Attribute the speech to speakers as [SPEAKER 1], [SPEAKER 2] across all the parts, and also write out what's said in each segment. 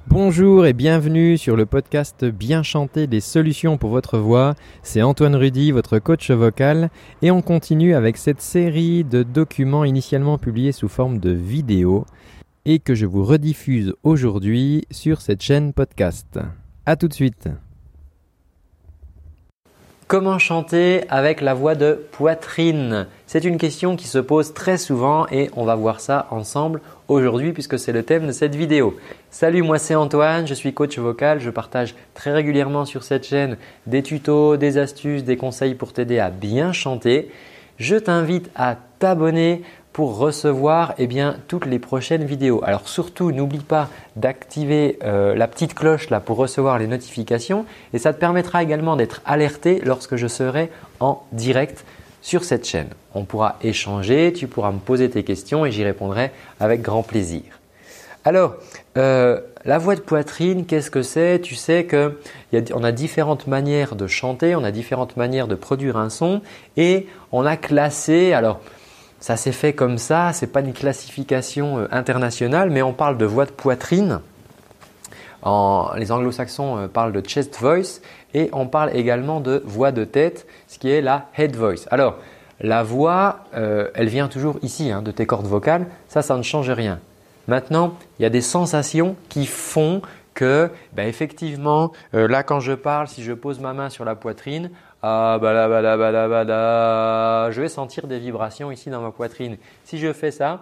[SPEAKER 1] Bonjour et bienvenue sur le podcast Bien chanter des solutions pour votre voix. C'est Antoine Rudy, votre coach vocal, et on continue avec cette série de documents initialement publiés sous forme de vidéo et que je vous rediffuse aujourd'hui sur cette chaîne podcast. À tout de suite. Comment chanter avec la voix de poitrine? C'est une question qui se pose très souvent et on va voir ça ensemble aujourd'hui puisque c'est le thème de cette vidéo. Salut, moi c'est Antoine, je suis coach vocal. Je partage très régulièrement sur cette chaîne des tutos, des astuces, des conseils pour t'aider à bien chanter. Je t'invite à t'abonner pour recevoir toutes les prochaines vidéos. Alors surtout, n'oublie pas d'activer la petite cloche là pour recevoir les notifications et ça te permettra également d'être alerté lorsque je serai en direct sur cette chaîne. On pourra échanger, tu pourras me poser tes questions et j'y répondrai avec grand plaisir. Alors, la voix de poitrine, qu'est-ce que c'est? Tu sais qu'on a différentes manières de chanter, on a différentes manières de produire un son et on a classé. Alors, ça s'est fait comme ça, ce n'est pas une classification internationale, mais on parle de voix de poitrine. Les anglo-saxons parlent de chest voice et on parle également de voix de tête, ce qui est la head voice. Alors, la voix, elle vient toujours ici de tes cordes vocales, ça ne change rien. Maintenant, il y a des sensations qui font que effectivement, là quand je parle, si je pose ma main sur la poitrine, je vais sentir des vibrations ici dans ma poitrine. Si je fais ça,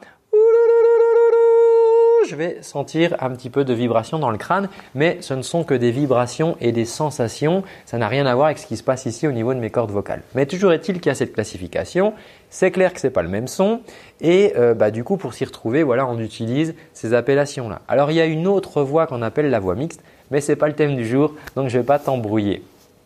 [SPEAKER 1] je vais sentir un petit peu de vibration dans le crâne, mais ce ne sont que des vibrations et des sensations. Ça n'a rien à voir avec ce qui se passe ici au niveau de mes cordes vocales. Mais toujours est-il qu'il y a cette classification. C'est clair que ce n'est pas le même son et du coup pour s'y retrouver, on utilise ces appellations-là. Alors il y a une autre voix qu'on appelle la voix mixte, mais ce n'est pas le thème du jour, donc je ne vais pas t'embrouiller.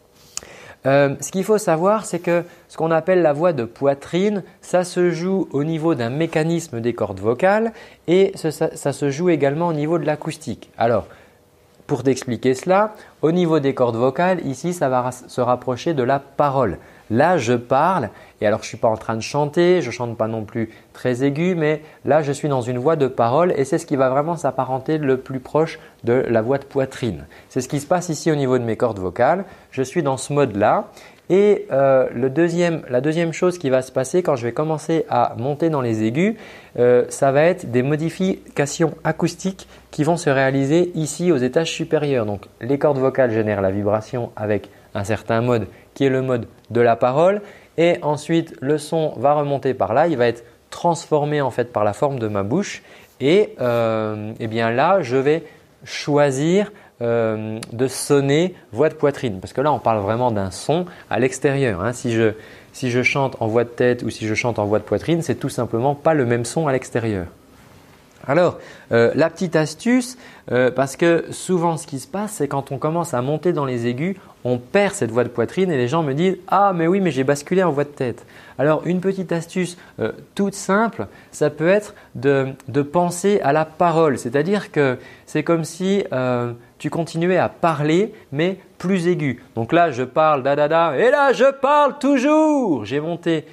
[SPEAKER 1] Ce qu'il faut savoir, c'est que ce qu'on appelle la voix de poitrine, ça se joue au niveau d'un mécanisme des cordes vocales et ça se joue également au niveau de l'acoustique. Alors, pour t'expliquer cela, au niveau des cordes vocales, ici, ça va se rapprocher de la parole. Là, je parle et alors je ne suis pas en train de chanter, je ne chante pas non plus très aigu, mais là, je suis dans une voix de parole et c'est ce qui va vraiment s'apparenter le plus proche de la voix de poitrine. C'est ce qui se passe ici au niveau de mes cordes vocales. Je suis dans ce mode-là et la deuxième chose qui va se passer quand je vais commencer à monter dans les aigus, ça va être des modifications acoustiques qui vont se réaliser ici aux étages supérieurs. Donc, les cordes vocales génèrent la vibration avec un certain mode qui est le mode de la parole et ensuite le son va remonter par là, il va être transformé en fait par la forme de ma bouche et là je vais choisir de sonner voix de poitrine parce que là on parle vraiment d'un son à l'extérieur. Si je chante en voix de tête ou si je chante en voix de poitrine, c'est tout simplement pas le même son à l'extérieur. Alors, la petite astuce, parce que souvent ce qui se passe, c'est quand on commence à monter dans les aigus, on perd cette voix de poitrine et les gens me disent « Ah mais oui, mais j'ai basculé en voix de tête ». Alors, une petite astuce toute simple, ça peut être de penser à la parole. C'est-à-dire que c'est comme si tu continuais à parler mais plus aigu. Donc là, je parle da et là, je parle toujours. J'ai monté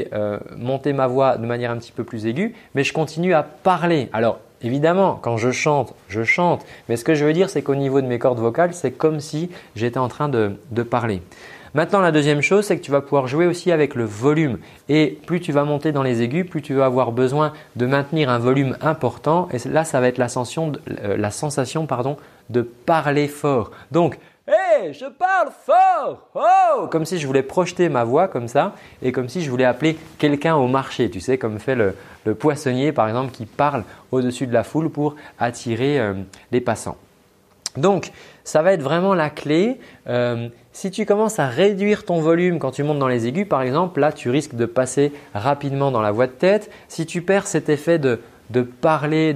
[SPEAKER 1] ma voix de manière un petit peu plus aiguë, mais je continue à parler. Alors, évidemment, quand je chante, mais ce que je veux dire, c'est qu'au niveau de mes cordes vocales, c'est comme si j'étais en train de parler. Maintenant, la deuxième chose, c'est que tu vas pouvoir jouer aussi avec le volume. Et plus tu vas monter dans les aigus, plus tu vas avoir besoin de maintenir un volume important. Et là, ça va être la sensation de parler fort. Donc, hey, je parle fort! Oh! Comme si je voulais projeter ma voix comme ça et comme si je voulais appeler quelqu'un au marché. Tu sais, comme fait le poissonnier par exemple qui parle au-dessus de la foule pour attirer les passants. Donc, ça va être vraiment la clé. Si tu commences à réduire ton volume quand tu montes dans les aigus, par exemple, là, tu risques de passer rapidement dans la voix de tête. Si tu perds cet effet de parler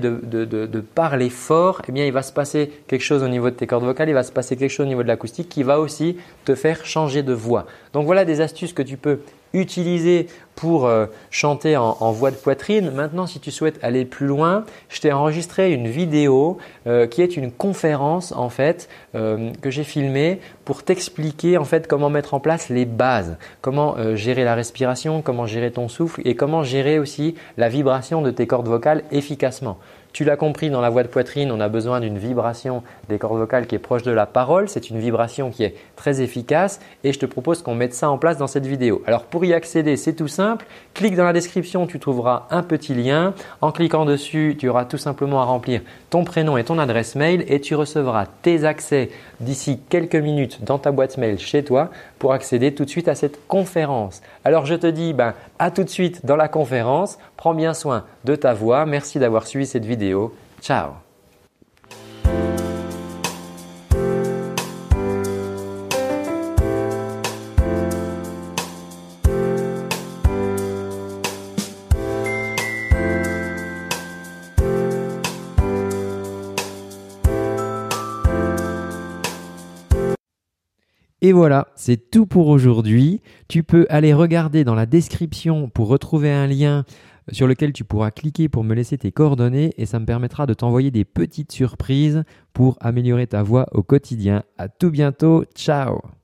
[SPEAKER 1] fort, il va se passer quelque chose au niveau de tes cordes vocales, il va se passer quelque chose au niveau de l'acoustique qui va aussi te faire changer de voix. Donc voilà des astuces que tu peux utiliser pour chanter en voix de poitrine. Maintenant, si tu souhaites aller plus loin, je t'ai enregistré une vidéo qui est une conférence en fait que j'ai filmée pour t'expliquer en fait comment mettre en place les bases, comment gérer la respiration, comment gérer ton souffle et comment gérer aussi la vibration de tes cordes vocales efficacement. Tu l'as compris, dans la voix de poitrine, on a besoin d'une vibration des cordes vocales qui est proche de la parole. C'est une vibration qui est très efficace et je te propose qu'on mette ça en place dans cette vidéo. Alors pour y accéder, c'est tout simple. Clique dans la description, tu trouveras un petit lien. En cliquant dessus, tu auras tout simplement à remplir ton prénom et ton adresse mail et tu recevras tes accès d'ici quelques minutes dans ta boîte mail chez toi pour accéder tout de suite à cette conférence. Alors je te dis à tout de suite dans la conférence. Prends bien soin de ta voix. Merci d'avoir suivi cette vidéo. Ciao! Et voilà, c'est tout pour aujourd'hui. Tu peux aller regarder dans la description pour retrouver un lien sur lequel tu pourras cliquer pour me laisser tes coordonnées et ça me permettra de t'envoyer des petites surprises pour améliorer ta voix au quotidien. À tout bientôt, ciao!